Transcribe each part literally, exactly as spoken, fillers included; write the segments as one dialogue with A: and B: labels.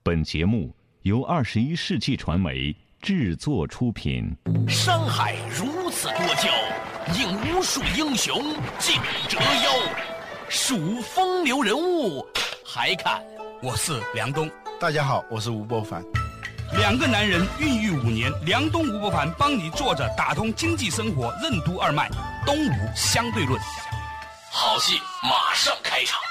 A: 本节目由二十一世纪传媒制作出品。
B: 山海如此多娇，引无数英雄竞折腰。数风流人物，还看
C: 我是梁冬。
D: 大家好，我是吴伯凡。
C: 两个男人孕育五年，梁冬吴伯凡帮你坐着打通经济生活任督二脉，东吴相对论。
B: 好戏马上开场。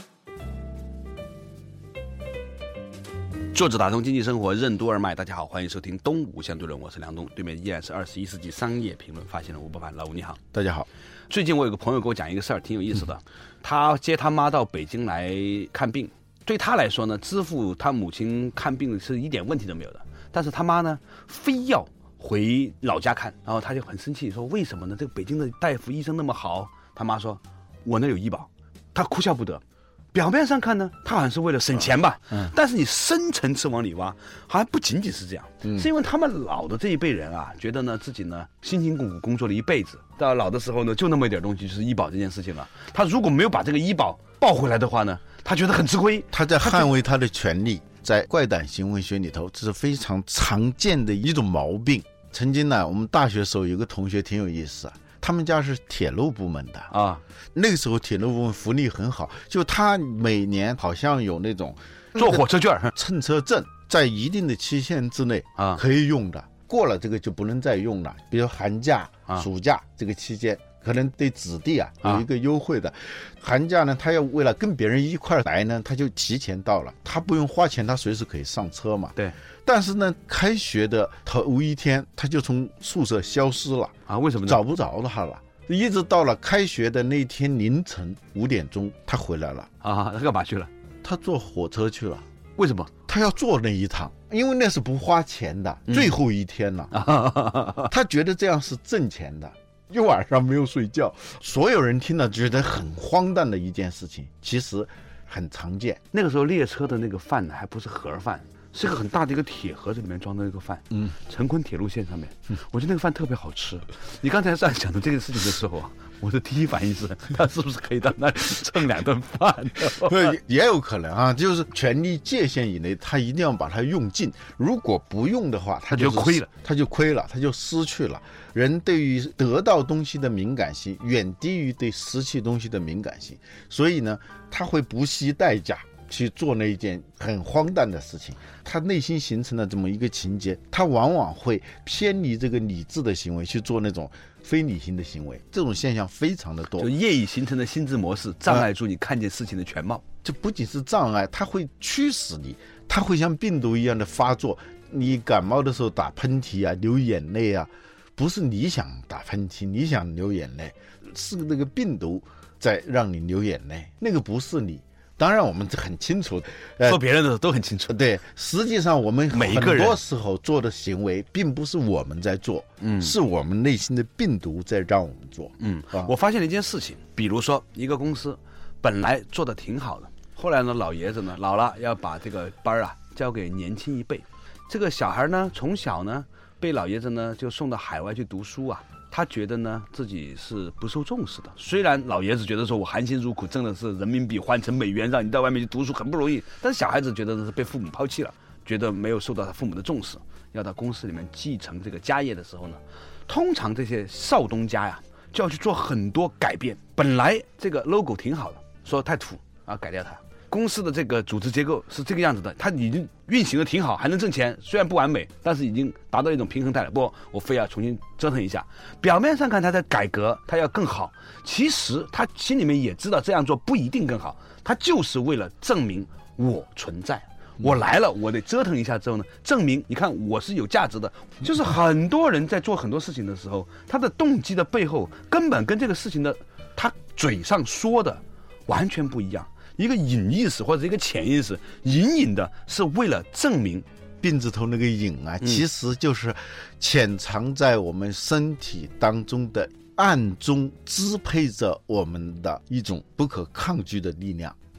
E: 作者打通经济生活任督二脉，大家好，欢迎收听东吴相对论，我是梁冬，对面依然是二十一世纪商业评论发现人吴伯凡。老吴你好。
D: 大家好。
E: 最近我有个朋友给我讲一个事儿，挺有意思的。他接他妈到北京来看病，对他来说呢，支付他母亲看病是一点问题都没有的。但是他妈呢，非要回老家看，然后他就很生气，说为什么呢？这个北京的大夫医生那么好。他妈说，我那有医保。他哭笑不得。表面上看呢，他好像是为了省钱吧，嗯，但是你深层次往里挖，好像不仅仅是这样，嗯，是因为他们老的这一辈人啊，觉得呢自己呢辛辛苦苦工作了一辈子，到老的时候呢就那么一点东西，就是医保这件事情了。他如果没有把这个医保报回来的话呢，他觉得很吃亏，
D: 他在捍卫他的权利。在怪诞行为学里头，这是非常常见的一种毛病。曾经呢，我们大学时候有个同学挺有意思啊。他们家是铁路部门的啊，那个时候铁路部门福利很好，就他每年好像有那种
E: 坐火车券、
D: 乘车证，在一定的期限之内啊可以用的，过了这个就不能再用了。比如寒假、暑假这个期间，可能对子弟啊有一个优惠的。寒假呢，他要为了跟别人一块来呢，他就提前到了，他不用花钱，他随时可以上车嘛。
E: 对。
D: 但是呢，开学的头一天他就从宿舍消失了
E: 啊？为什么呢？
D: 找不着他了，一直到了开学的那天凌晨五点钟，他回来了
E: 啊？他干嘛去了？
D: 他坐火车去了。
E: 为什么？
D: 他要坐那一趟，因为那是不花钱的，嗯、最后一天了。他觉得这样是挣钱的，一晚上没有睡觉。所有人听了觉得很荒诞的一件事情，其实很常见。
E: 那个时候列车的那个饭呢，还不是盒饭。是个很大的一个铁盒子，里面装的那个饭，嗯，成昆铁路线上面，嗯，我觉得那个饭特别好吃。你刚才在讲的这个事情的时候啊，我的第一反应是，他是不是可以到那里蹭两顿饭？
D: 也有可能啊，就是权力界限以内，他一定要把它用尽。如果不用的话，他、就是、
E: 就亏了，
D: 他就亏了，他就失去了。人对于得到东西的敏感性远低于对失去东西的敏感性，所以呢，他会不惜代价去做那一件很荒诞的事情，他内心形成了这么一个情节，他往往会偏离这个理智的行为，去做那种非理性的行为，这种现象非常的多。
E: 就业已形成的心智模式障碍住你看见事情的全貌，呃、
D: 这不仅是障碍，它会驱使你，它会像病毒一样的发作。你感冒的时候打喷嚏啊，流眼泪啊，不是你想打喷嚏，你想流眼泪，是那个病毒在让你流眼泪，那个不是你。当然我们很清楚，
E: 呃，说别人的都很清楚。
D: 对，实际上我们很多时候做的行为并不是我们在做，嗯，是我们内心的病毒在让我们做。
E: 嗯，啊、我发现了一件事情，比如说一个公司本来做的挺好的，后来呢老爷子呢老了要把这个班啊交给年轻一辈，这个小孩呢从小呢被老爷子呢就送到海外去读书啊。他觉得呢自己是不受重视的，虽然老爷子觉得说我含辛茹苦挣的是人民币换成美元，让你到外面去读书很不容易，但是小孩子觉得是被父母抛弃了，觉得没有受到他父母的重视，要到公司里面继承这个家业的时候呢，通常这些少东家呀就要去做很多改变。本来这个 logo 挺好的，说太土啊，改掉它。公司的这个组织结构是这个样子的，它已经运行的挺好，还能挣钱，虽然不完美，但是已经达到一种平衡态了。不，我非要重新折腾一下。表面上看他在改革，他要更好，其实他心里面也知道这样做不一定更好，他就是为了证明我存在。我来了，我得折腾一下之后呢，证明你看我是有价值的。就是很多人在做很多事情的时候，他的动机的背后根本跟这个事情的他嘴上说的完全不一样。一个隐意识或者一个潜意识，隐隐的是为了证明。
D: 病字头那个隐啊，其实就是潜藏在我们身体当中的暗中支配着我们的一种不可抗拒的力量。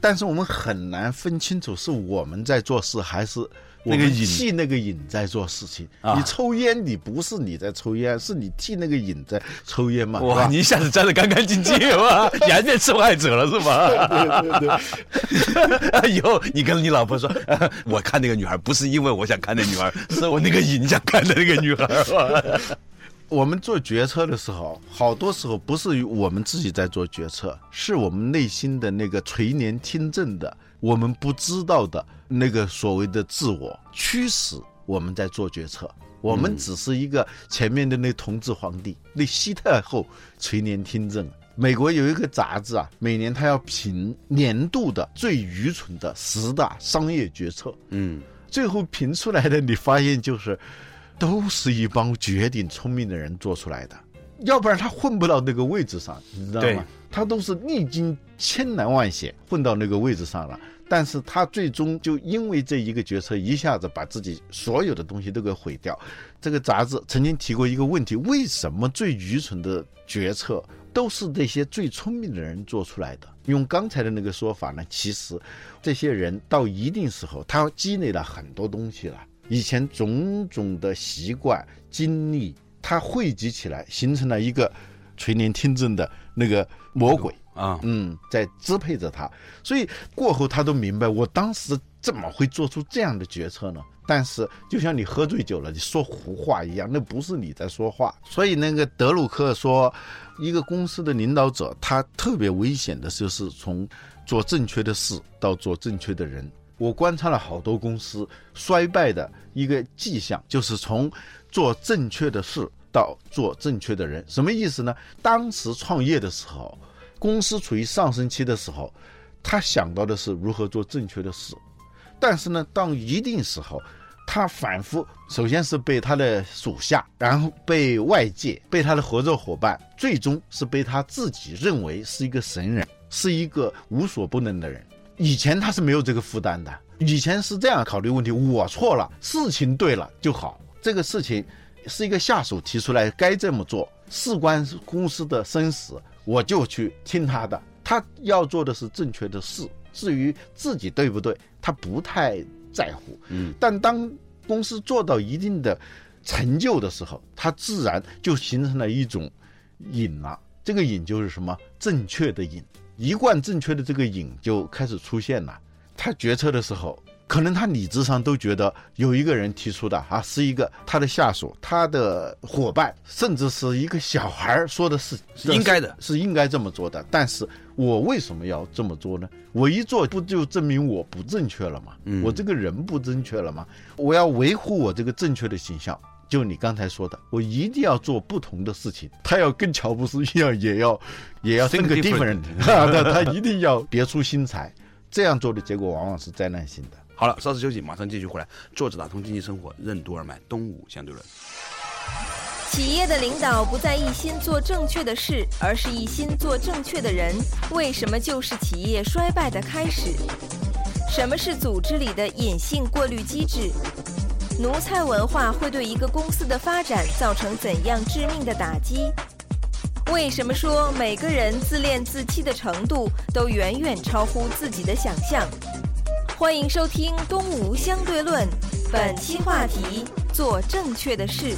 D: 但是我们很难分清楚是我们在做事还是我
E: 那个瘾
D: 们替那个瘾在做事情。
E: 啊
D: 你抽烟，你不是你在抽烟，是你替那个瘾在抽烟嘛？
E: 哇，你一下子沾得干干净净哇，你还变受害者了是吧？
D: 对对对。
E: 以后你跟你老婆说，呃我看那个女孩不是因为我想看那女孩，是我那个瘾想看的那个女孩。
D: 我们做决策的时候，好多时候不是我们自己在做决策，是我们内心的那个垂帘听政的，我们不知道的那个所谓的自我驱使我们在做决策。我们只是一个前面的那同治皇帝、那西太后垂帘听政。美国有一个杂志啊，每年他要评年度的最愚蠢的十大商业决策，
E: 嗯，
D: 最后评出来的，你发现就是都是一帮绝顶聪明的人做出来的，要不然他混不到那个位置上，你知道
E: 对
D: 吗？他都是历经千难万险混到那个位置上了，但是他最终就因为这一个决策，一下子把自己所有的东西都给毁掉。这个杂志曾经提过一个问题：为什么最愚蠢的决策都是这些最聪明的人做出来的？用刚才的那个说法呢，其实这些人到一定时候，他积累了很多东西了。以前种种的习惯经历，它汇集起来形成了一个垂帘听政的那个魔鬼
E: 啊，
D: 嗯，在支配着他。所以过后他都明白，我当时怎么会做出这样的决策呢？但是就像你喝醉酒了，你说胡话一样，那不是你在说话。所以那个德鲁克说，一个公司的领导者，他特别危险的就是从做正确的事到做正确的人。我观察了好多公司衰败的一个迹象，就是从做正确的事到做正确的人。什么意思呢？当时创业的时候，公司处于上升期的时候，他想到的是如何做正确的事，但是呢，到一定时候，他反复，首先是被他的属下，然后被外界，被他的合作伙伴，最终是被他自己认为是一个神人，是一个无所不能的人。以前他是没有这个负担的，以前是这样考虑问题：我错了，事情对了就好。这个事情是一个下属提出来该这么做，事关公司的生死，我就去听他的。他要做的是正确的事，至于自己对不对，他不太在乎。嗯，但当公司做到一定的成就的时候，他自然就形成了一种瘾了。这个瘾就是什么？正确的瘾。一贯正确的这个瘾就开始出现了。他决策的时候，可能他理智上都觉得有一个人提出的啊，是一个他的下属、他的伙伴，甚至是一个小孩说的是
E: 是应该的，
D: 是应该这么做的。但是我为什么要这么做呢？我一做不就证明我不正确了吗？嗯，我这个人不正确了吗？我要维护我这个正确的形象。就你刚才说的，我一定要做不同的事情。他要跟乔布斯一样，也要也要 think different， 他一定要别出心裁。这样做的结果往往是灾难性的。
E: 好了，稍事休息，马上继续回来。坐着打通经济生活，任督二脉，东吴相对论。
F: 企业的领导不再一心做正确的事，而是一心做正确的人，为什么就是企业衰败的开始？什么是组织里的隐性过滤机制？奴才文化会对一个公司的发展造成怎样致命的打击？为什么说每个人自恋自欺的程度都远远超乎自己的想象？欢迎收听《东吴相对论》，本期话题：做正确的事。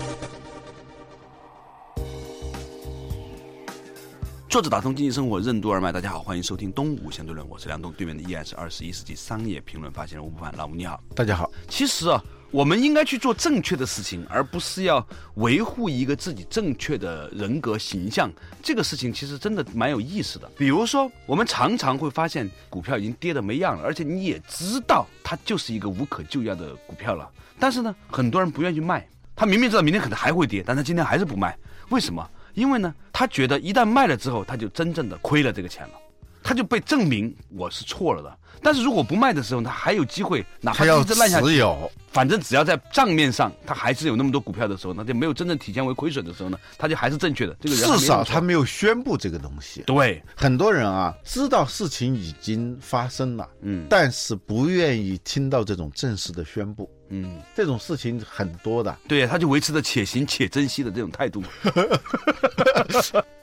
E: 坐着打通经济生活，任督二脉。大家好，欢迎收听《东吴相对论》，我是梁东，对面的依然是二十一世纪商业评论发行人吴不凡。老吴你好。
D: 大家好。
E: 其实啊，我们应该去做正确的事情，而不是要维护一个自己正确的人格形象。这个事情其实真的蛮有意思的。比如说，我们常常会发现股票已经跌得没样了，而且你也知道它就是一个无可救药的股票了，但是呢，很多人不愿意卖。他明明知道明天可能还会跌，但他今天还是不卖。为什么？因为呢，他觉得一旦卖了之后，他就真正的亏了这个钱了，他就被证明我是错了的。但是如果不卖的时候，他还有机会，哪怕一直烂下去，反正只要在账面上他还是有那么多股票的时候，那就没有真正体现为亏损的时候呢，他就还是正确的。这个人
D: 至少他没有宣布这个东西。
E: 对，
D: 很多人啊知道事情已经发生了，嗯，但是不愿意听到这种正式的宣布。嗯，这种事情很多的。
E: 对，他就维持着且行且珍惜的这种态度。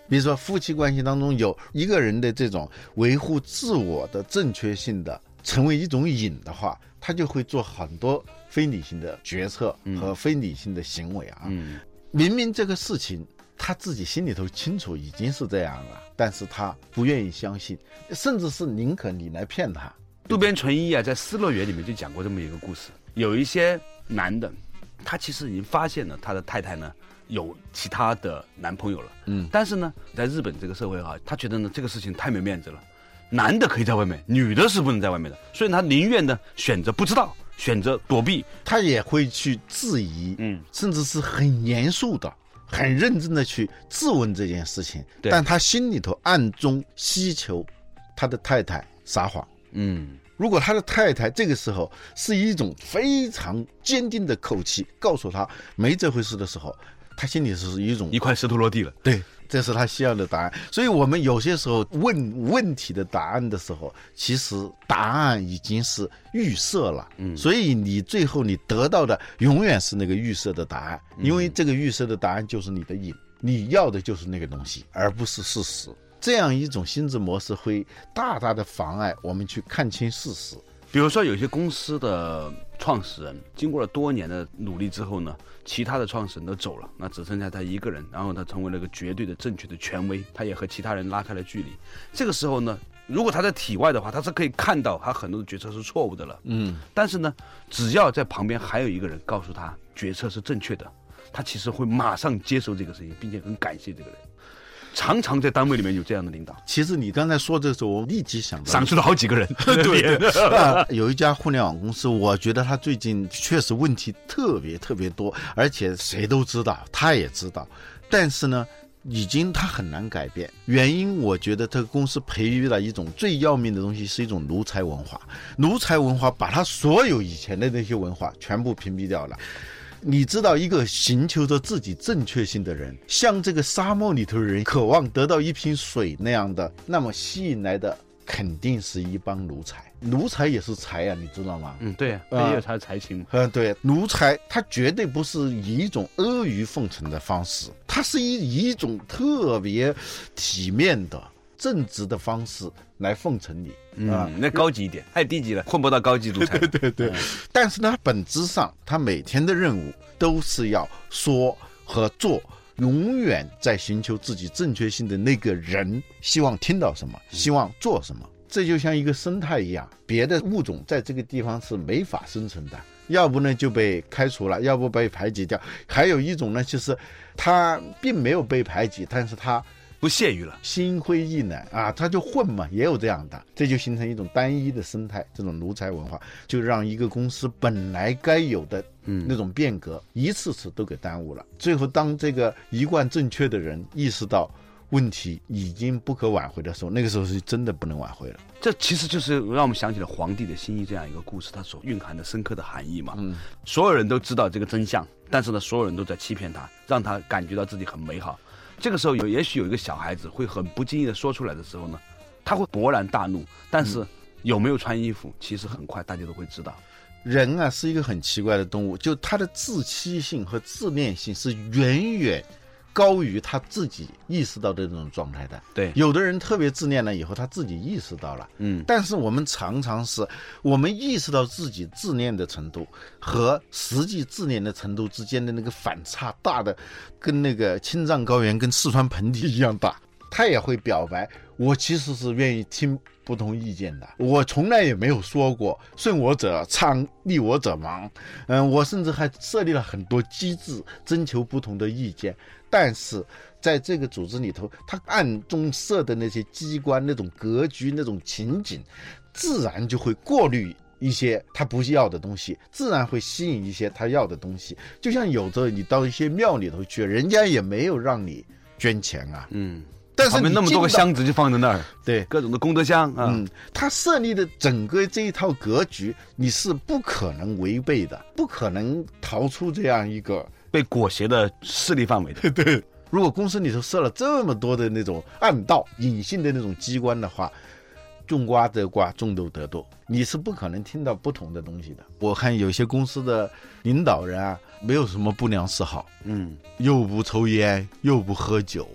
D: 比如说夫妻关系当中有一个人的这种维护自我的正确性的成为一种瘾的话，他就会做很多非理性的决策和非理性的行为啊。
E: 嗯，
D: 明明这个事情他自己心里头清楚已经是这样了，但是他不愿意相信，甚至是宁可你来骗他。
E: 渡边淳一啊，在《失乐园》里面就讲过这么一个故事，有一些男的，他其实已经发现了他的太太呢有其他的男朋友了，嗯，但是呢，在日本这个社会啊，他觉得呢这个事情太没面子了，男的可以在外面，女的是不能在外面的，所以他宁愿呢选择不知道，选择躲避，
D: 他也会去质疑，嗯，甚至是很严肃的、很认真的去质问这件事情，但他心里头暗中希求他的太太撒谎。嗯，如果他的太太这个时候是一种非常坚定的口气告诉他没这回事的时候，他心里是一种
E: 一块石头落地了。
D: 对，这是他需要的答案。所以我们有些时候问问题的答案的时候，其实答案已经是预设了。嗯，所以你最后你得到的永远是那个预设的答案，因为这个预设的答案就是你的瘾，你要的就是那个东西，而不是事实。这样一种心智模式会大大的妨碍我们去看清事实。
E: 比如说有些公司的创始人经过了多年的努力之后呢，其他的创始人都走了，那只剩下他一个人，然后他成为了一个绝对的正确的权威，他也和其他人拉开了距离。这个时候呢，如果他在体外的话，他是可以看到他很多的决策是错误的了，嗯，但是呢，只要在旁边还有一个人告诉他决策是正确的，他其实会马上接受这个事情，并且很感谢这个人。常常在单位里面有这样的领导。
D: 其实你刚才说的时候，我立即想到
E: 闪出了好几个人。
D: 对啊，有一家互联网公司，我觉得他最近确实问题特别特别多，而且谁都知道，他也知道，但是呢，已经他很难改变。原因我觉得这个公司培育了一种最要命的东西，是一种奴才文化。奴才文化把他所有以前的那些文化全部屏蔽掉了。你知道，一个寻求着自己正确性的人，像这个沙漠里头的人渴望得到一瓶水那样的，那么吸引来的肯定是一帮奴才。奴才也是才啊，你知道吗？
E: 嗯，对啊，他也有他的才情。
D: 嗯，对，奴才他绝对不是以一种阿谀奉承的方式，他是以以一种特别体面的正直的方式来奉承你。
E: 嗯，那高级一点，太低级了，混不到高级奴才。
D: 对对对、嗯。但是呢，本质上他每天的任务都是要说和做，永远在寻求自己正确性的那个人希望听到什么，希望做什么。这就像一个生态一样，别的物种在这个地方是没法生存的，要不呢就被开除了，要不被排挤掉。还有一种呢，就是他并没有被排挤，但是他
E: 不屑于了，
D: 心灰意冷啊，他就混嘛，也有这样的，这就形成一种单一的生态，这种奴才文化就让一个公司本来该有的那种变革、嗯、一次次都给耽误了。最后当这个一贯正确的人意识到问题已经不可挽回的时候，那个时候是真的不能挽回了。
E: 这其实就是让我们想起了皇帝的心意这样一个故事，它所蕴含的深刻的含义嘛。嗯，所有人都知道这个真相，但是呢，所有人都在欺骗他，让他感觉到自己很美好。这个时候有也许有一个小孩子会很不经意的说出来的时候呢，他会勃然大怒，但是有没有穿衣服，其实很快大家都会知道。
D: 人啊是一个很奇怪的动物，就他的自欺性和自恋性是远远高于他自己意识到的这种状态的。
E: 对，
D: 有的人特别自恋了以后，他自己意识到了，嗯，但是我们常常是我们意识到自己自恋的程度和实际自恋的程度之间的那个反差大的，跟那个青藏高原跟四川盆地一样大。他也会表白，我其实是愿意听不同意见的，我从来也没有说过顺我者昌，逆我者亡。嗯，我甚至还设立了很多机制，征求不同的意见。但是在这个组织里头，他暗中设的那些机关、那种格局、那种情景，自然就会过滤一些他不要的东西，自然会吸引一些他要的东西。就像有的你到一些庙里头去，人家也没有让你捐钱啊，嗯。但是
E: 那么多个箱子就放在那儿，
D: 对，
E: 各种的功德箱啊，
D: 嗯，他设立的整个这一套格局，你是不可能违背的，不可能逃出这样一个
E: 被裹挟的势力范围的。
D: 对，如果公司里头设了这么多的那种暗道、隐性的那种机关的话，种瓜得瓜，种豆得豆，你是不可能听到不同的东西的。我看有些公司的领导人啊，没有什么不良嗜好，嗯，又不抽烟，又不喝酒。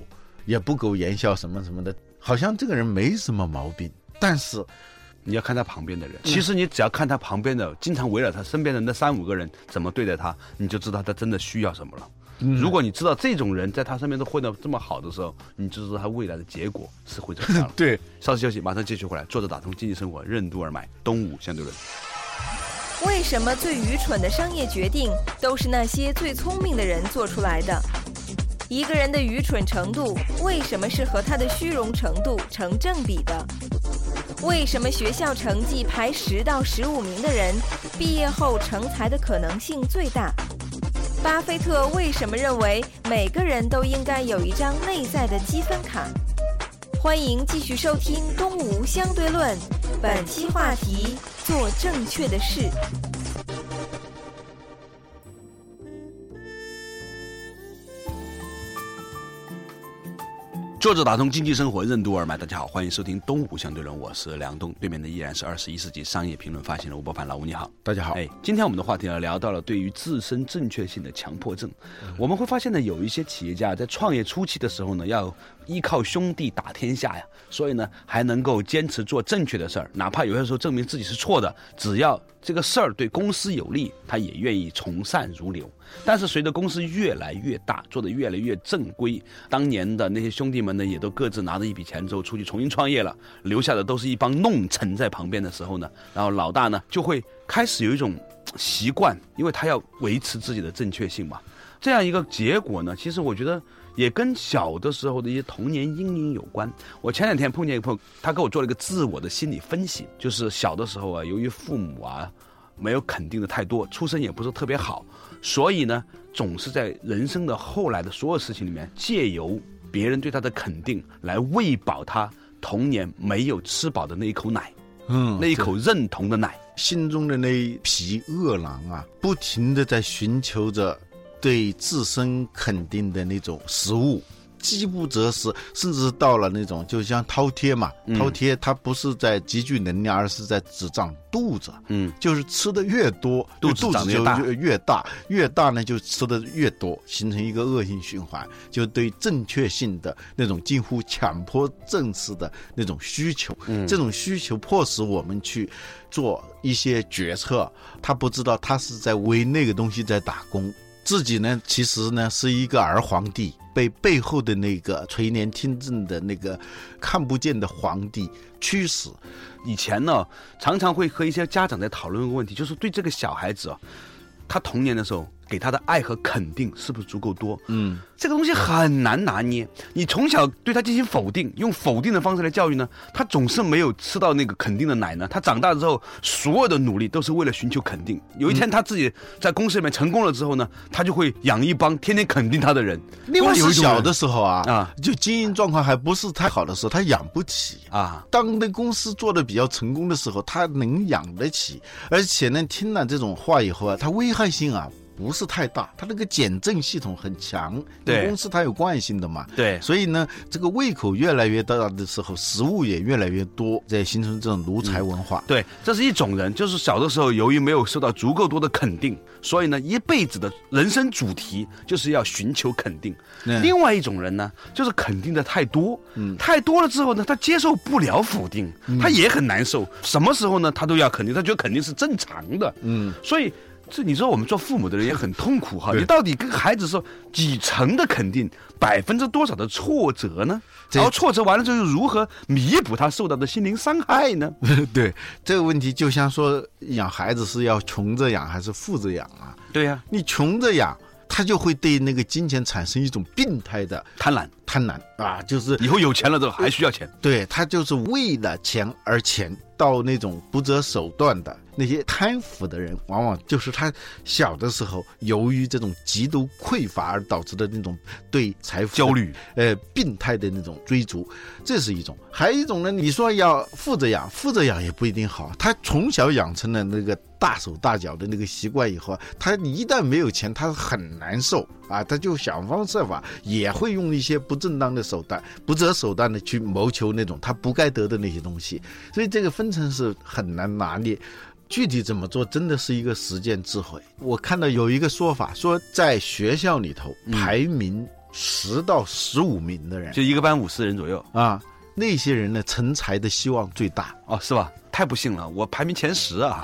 D: 也不苟言笑什么什么的，好像这个人没什么毛病，但是
E: 你要看他旁边的人，其实你只要看他旁边的经常围绕他身边的那三五个人怎么对待他，你就知道他真的需要什么了。嗯、如果你知道这种人在他身边都混得这么好的时候，你就知道他未来的结果是会怎么样了。
D: 对，
E: 稍事休息，马上继续回来。作者打通经济生活，任督二脉，东吴相对论。
F: 为什么最愚蠢的商业决定都是那些最聪明的人做出来的？一个人的愚蠢程度为什么是和他的虚荣程度成正比的？为什么学校成绩排十到十五名的人毕业后成才的可能性最大？巴菲特为什么认为每个人都应该有一张内在的积分卡？欢迎继续收听《东吴相对论》，本期话题：做正确的事。
E: 作者打通经济生活，任督二脉。大家好，欢迎收听东吴相对论，我是梁东，对面的依然是二十一世纪商业评论发行人吴伯凡。老吴你好。
D: 大家好。
E: 哎，今天我们的话题呢，聊到了对于自身正确性的强迫症。嗯、我们会发现呢，有一些企业家在创业初期的时候呢，要依靠兄弟打天下呀，所以呢，还能够坚持做正确的事儿，哪怕有些时候证明自己是错的，只要这个事儿对公司有利，他也愿意从善如流。但是随着公司越来越大，做得越来越正规，当年的那些兄弟们呢，也都各自拿着一笔钱之后出去重新创业了，留下的都是一帮弄臣在旁边的时候呢，然后老大呢就会开始有一种习惯，因为他要维持自己的正确性嘛。这样一个结果呢，其实我觉得也跟小的时候的一些童年阴影有关。我前两天碰见一个朋友，他给我做了一个自我的心理分析，就是小的时候啊，由于父母啊没有肯定的太多，出身也不是特别好，所以呢，总是在人生的后来的所有事情里面，借由别人对他的肯定来喂饱他童年没有吃饱的那一口奶，嗯，那一口认同的奶，
D: 心中的那一匹饿狼啊，不停地在寻求着对自身肯定的那种食物。饥不择食，甚至到了那种就像饕餮嘛，嗯、饕餮它不是在积聚能量，而是在只长肚子。嗯，就是吃的越多，
E: 肚子长得越大，
D: 就越大，越大呢就吃的越多，形成一个恶性循环。就对正确性的那种近乎强迫症式的那种需求，嗯、这种需求迫使我们去做一些决策。他不知道他是在为那个东西在打工。自己呢，其实呢是一个儿皇帝，被背后的那个垂帘听政的那个看不见的皇帝驱使。
E: 以前呢，常常会和一些家长在讨论一个问题，就是对这个小孩子啊，他童年的时候给他的爱和肯定是不是足够多？嗯，这个东西很难拿捏。你从小对他进行否定，用否定的方式来教育呢，他总是没有吃到那个肯定的奶呢。他长大之后，所有的努力都是为了寻求肯定。有一天他自己在公司里面成功了之后呢，他就会养一帮天天肯定他的人。
D: 另外是小的时候啊，啊，就经营状况还不是太好的时候，他养不起啊。当那公司做的比较成功的时候，他能养得起，而且呢，听了这种话以后啊，他危害性啊不是太大，它那个减震系统很强，对公司它有惯性的嘛，
E: 对，
D: 所以呢，这个胃口越来越大的时候，食物也越来越多，在形成这种奴才文化。
E: 嗯、对，这是一种人，就是小的时候由于没有受到足够多的肯定，所以呢，一辈子的人生主题就是要寻求肯定。嗯、另外一种人呢，就是肯定的太多，嗯，太多了之后呢，他接受不了否定，嗯、他也很难受。什么时候呢，他都要肯定，他觉得肯定是正常的，嗯，所以。这你说我们做父母的人也很痛苦哈，你到底跟孩子说几成的肯定，百分之多少的挫折呢？然后挫折完了之后如何弥补他受到的心灵伤害呢？
D: 对，这个问题就像说养孩子是要穷着养还是富着养啊？
E: 对呀、啊，
D: 你穷着养，他就会对那个金钱产生一种病态的
E: 贪婪，
D: 贪婪啊，就是
E: 以后有钱了之后还需要钱。
D: 对，他就是为了钱而钱，到那种不择手段的。那些贪腐的人，往往就是他小的时候由于这种极度匮乏而导致的那种对财富
E: 焦虑，
D: 呃，病态的那种追逐，这是一种。还有一种呢，你说要富着养，富着养也不一定好。他从小养成了那个大手大脚的那个习惯以后，他一旦没有钱，他很难受啊，他就想方设法，也会用一些不正当的手段、不择手段的去谋求那种他不该得的那些东西。所以这个分层是很难拿捏。具体怎么做真的是一个实践智慧。我看到有一个说法，说在学校里头排名十到十五名的人，
E: 就一个班五十人左右
D: 啊，那些人呢成才的希望最大。
E: 哦，是吧？太不幸了，我排名前十啊，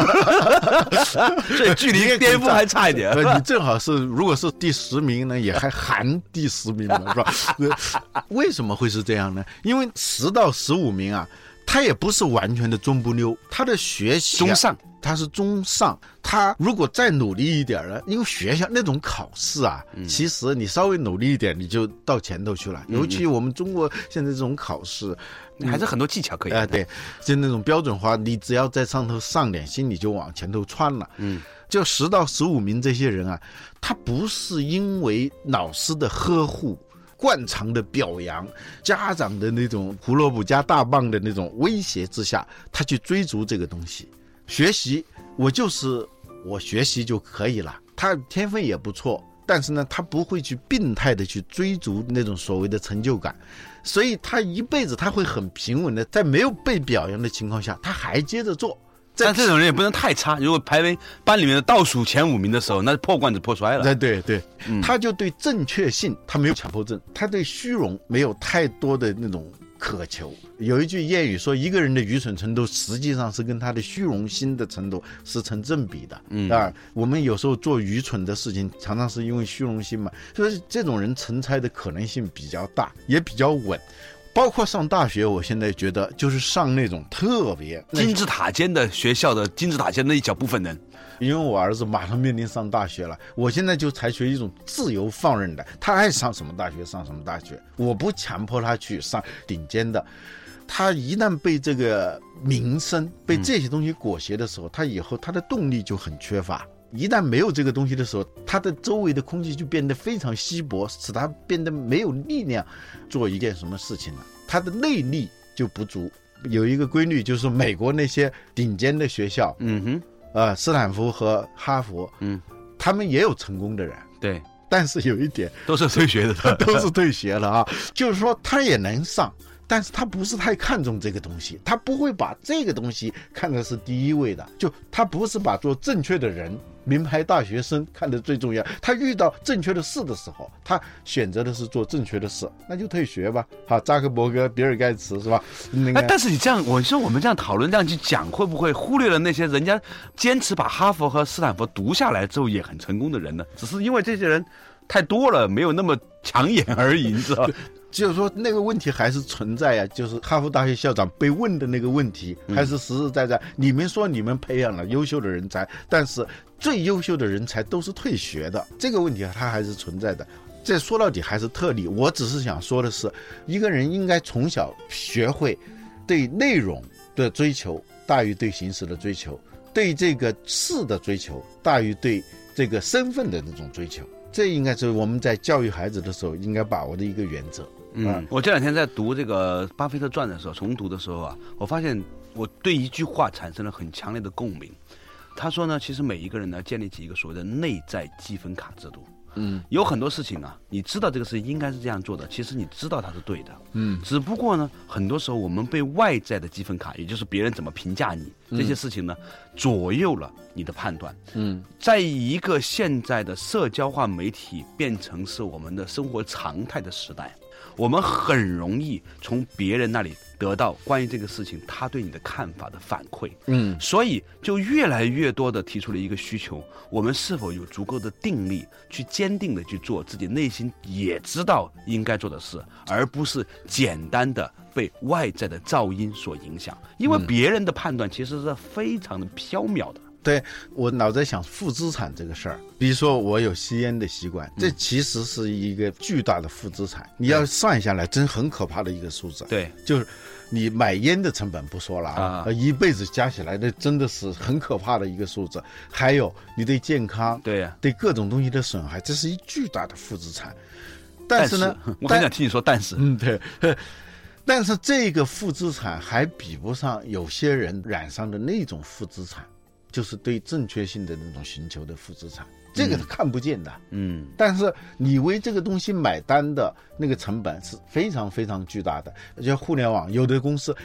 E: 所以距离巅峰还差一点。
D: 你正好是，如果是第十名呢，也还含第十名了，是吧？为什么会是这样呢？因为十到十五名啊，他也不是完全的中不溜，他的学习、啊、
E: 中上。
D: 他是中上，他如果再努力一点呢？因为学校那种考试啊，嗯、其实你稍微努力一点，你就到前头去了。嗯、尤其我们中国现在这种考试，
E: 嗯、还是很多技巧可以。
D: 哎、呃，对，就那种标准化，你只要在上头上点心，你就往前头窜了。嗯，就十到十五名这些人啊，他不是因为老师的呵护、惯常的表扬、家长的那种胡萝卜加大棒的那种威胁之下，他去追逐这个东西。学习，我就是我学习就可以了。他天分也不错，但是呢，他不会去病态的去追逐那种所谓的成就感，所以他一辈子他会很平稳的，在没有被表扬的情况下，他还接着做。
E: 但这种人也不能太差，如果排为班里面的倒数前五名的时候，那是破罐子破摔了。
D: 对对对，嗯、他就对正确性他没有强迫症，他对虚荣没有太多的那种渴求。有一句谚语说，一个人的愚蠢程度实际上是跟他的虚荣心的程度是成正比的。嗯啊，我们有时候做愚蠢的事情，常常是因为虚荣心嘛，所以这种人成才的可能性比较大，也比较稳。包括上大学，我现在觉得就是上那种特别
E: 金字塔尖的学校的金字塔尖的一小部分人。
D: 因为我儿子马上面临上大学了，我现在就采取一种自由放任的，他爱上什么大学上什么大学，我不强迫他去上顶尖的。他一旦被这个名声、被这些东西裹挟的时候，他以后他的动力就很缺乏。一旦没有这个东西的时候，他的周围的空气就变得非常稀薄，使他变得没有力量做一件什么事情了，他的内力就不足。有一个规律，就是美国那些顶尖的学校，嗯哼，呃，斯坦福和哈佛，嗯，他们也有成功的人，
E: 对，
D: 但是有一点
E: 都是退学的，
D: 都是退学了啊，就是说他也能上。但是他不是太看重这个东西，他不会把这个东西看的是第一位的，就他不是把做正确的人、名牌大学生看得最重要。他遇到正确的事的时候，他选择的是做正确的事，那就退学吧。好，扎克伯格、比尔盖茨是吧？那个、
E: 但是你这样，我说我们这样讨论、这样去讲，会不会忽略了那些人家坚持把哈佛和斯坦福读下来之后也很成功的人呢？只是因为这些人太多了，没有那么抢眼而已，你知道。
D: 就是说那个问题还是存在呀、啊，就是哈佛大学校长被问的那个问题还是实实在在、嗯、你们说你们培养了优秀的人才，但是最优秀的人才都是退学的，这个问题它还是存在的。这说到底还是特例，我只是想说的是，一个人应该从小学会对内容的追求大于对形式的追求，对这个事的追求大于对这个身份的那种追求，这应该是我们在教育孩子的时候应该把握的一个原则。
E: 嗯，我这两天在读这个巴菲特传的时候，重读的时候啊，我发现我对一句话产生了很强烈的共鸣。他说呢，其实每一个人呢，建立起一个所谓的内在积分卡制度。嗯，有很多事情啊，你知道这个事情应该是这样做的，其实你知道它是对的。嗯，只不过呢，很多时候我们被外在的积分卡，也就是别人怎么评价你、嗯、这些事情呢，左右了你的判断。嗯，在一个现在的社交化媒体变成是我们的生活常态的时代，我们很容易从别人那里得到关于这个事情他对你的看法的反馈。嗯，所以就越来越多的提出了一个需求，我们是否有足够的定力去坚定的去做自己内心也知道应该做的事，而不是简单的被外在的噪音所影响，因为别人的判断其实是非常的飘渺的。
D: 对，我老在想负资产这个事儿，比如说我有吸烟的习惯，这其实是一个巨大的负资产，你要算下来真很可怕的一个数字。
E: 对，
D: 就是你买烟的成本不说了啊，啊一辈子加起来的真的是很可怕的一个数字，还有你对健康，
E: 对呀、啊，
D: 对各种东西的损害，这是一巨大的负资产。但是呢，
E: 但是我很想听你说但是，
D: 嗯，对。但是这个负资产还比不上有些人染上的那种负资产，就是对正确性的那种寻求的负资产，这个是看不见的。嗯，但是你为这个东西买单的那个成本是非常非常巨大的。而且互联网有的公司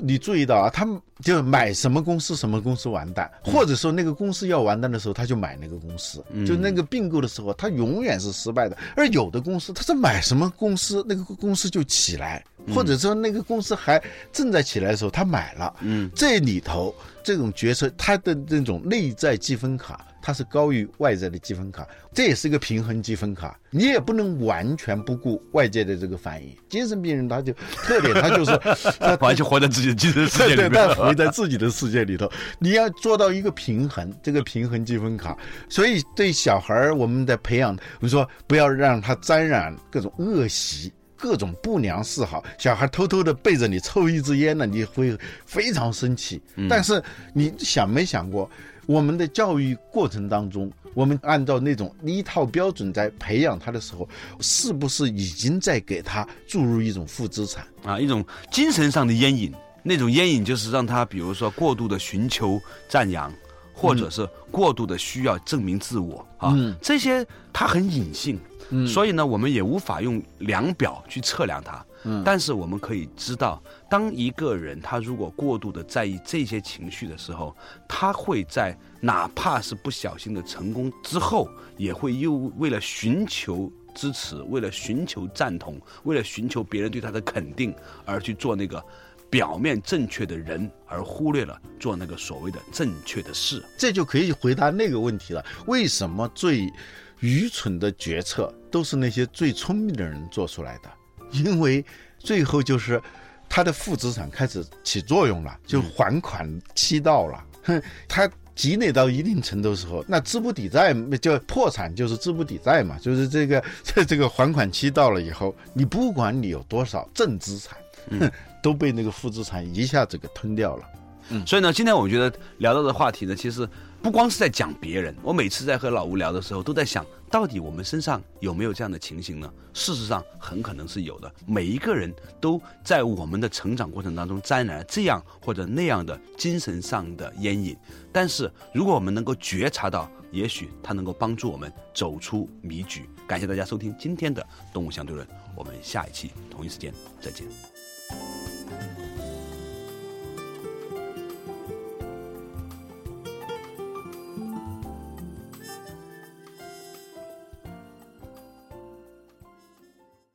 D: 你注意到啊，他们就买什么公司什么公司完蛋，或者说那个公司要完蛋的时候，他就买那个公司，就那个并购的时候，他永远是失败的。而有的公司，他是买什么公司，那个公司就起来，或者说那个公司还正在起来的时候，他买了。嗯，这里头这种决策，它的那种内在积分卡，它是高于外在的积分卡，这也是一个平衡积分卡。你也不能完全不顾外界的这个反应。精神病人他就特点，他就是他
E: 完全活在自己的精神世界里面，
D: 对，他活在自己的世界里头。你要做到一个平衡，这个平衡积分卡。所以对小孩我们在培养，我们说不要让他沾染各种恶习。各种不良嗜好，小孩偷偷的背着你抽一支烟呢，你会非常生气。嗯、但是你想没想过，我们的教育过程当中，我们按照那种一套标准在培养他的时候，是不是已经在给他注入一种负资产
E: 啊，一种精神上的烟瘾？那种烟瘾就是让他，比如说过度的寻求赞扬，或者是过度的需要证明自我啊，嗯、这些它很隐性。嗯、所以呢，我们也无法用量表去测量它。嗯，但是我们可以知道，当一个人他如果过度的在意这些情绪的时候，他会在哪怕是不小心的成功之后，也会又为了寻求支持，为了寻求赞同，为了寻求别人对他的肯定，而去做那个表面正确的人，而忽略了做那个所谓的正确的事。
D: 这就可以回答那个问题了：为什么最愚蠢的决策都是那些最聪明的人做出来的？因为最后就是他的负资产开始起作用了，就还款期到了，哼、嗯，他积累到一定程度的时候，那资不抵债，就破产就是资不抵债嘛，就是这个这这个还款期到了以后，你不管你有多少正资产，嗯，都被那个负资产一下子给吞掉了。
E: 嗯，所以呢，今天我觉得聊到的话题呢，其实不光是在讲别人，我每次在和老吴聊的时候，都在想，到底我们身上有没有这样的情形呢？事实上，很可能是有的。每一个人都在我们的成长过程当中沾染了这样或者那样的精神上的烟瘾。但是，如果我们能够觉察到，也许它能够帮助我们走出迷局。感谢大家收听今天的《动物相对论》，我们下一期同一时间再见。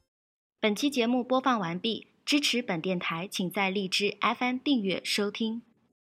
G: 本期节目播放完毕，支持本电台，请在荔枝 F M 订阅收听。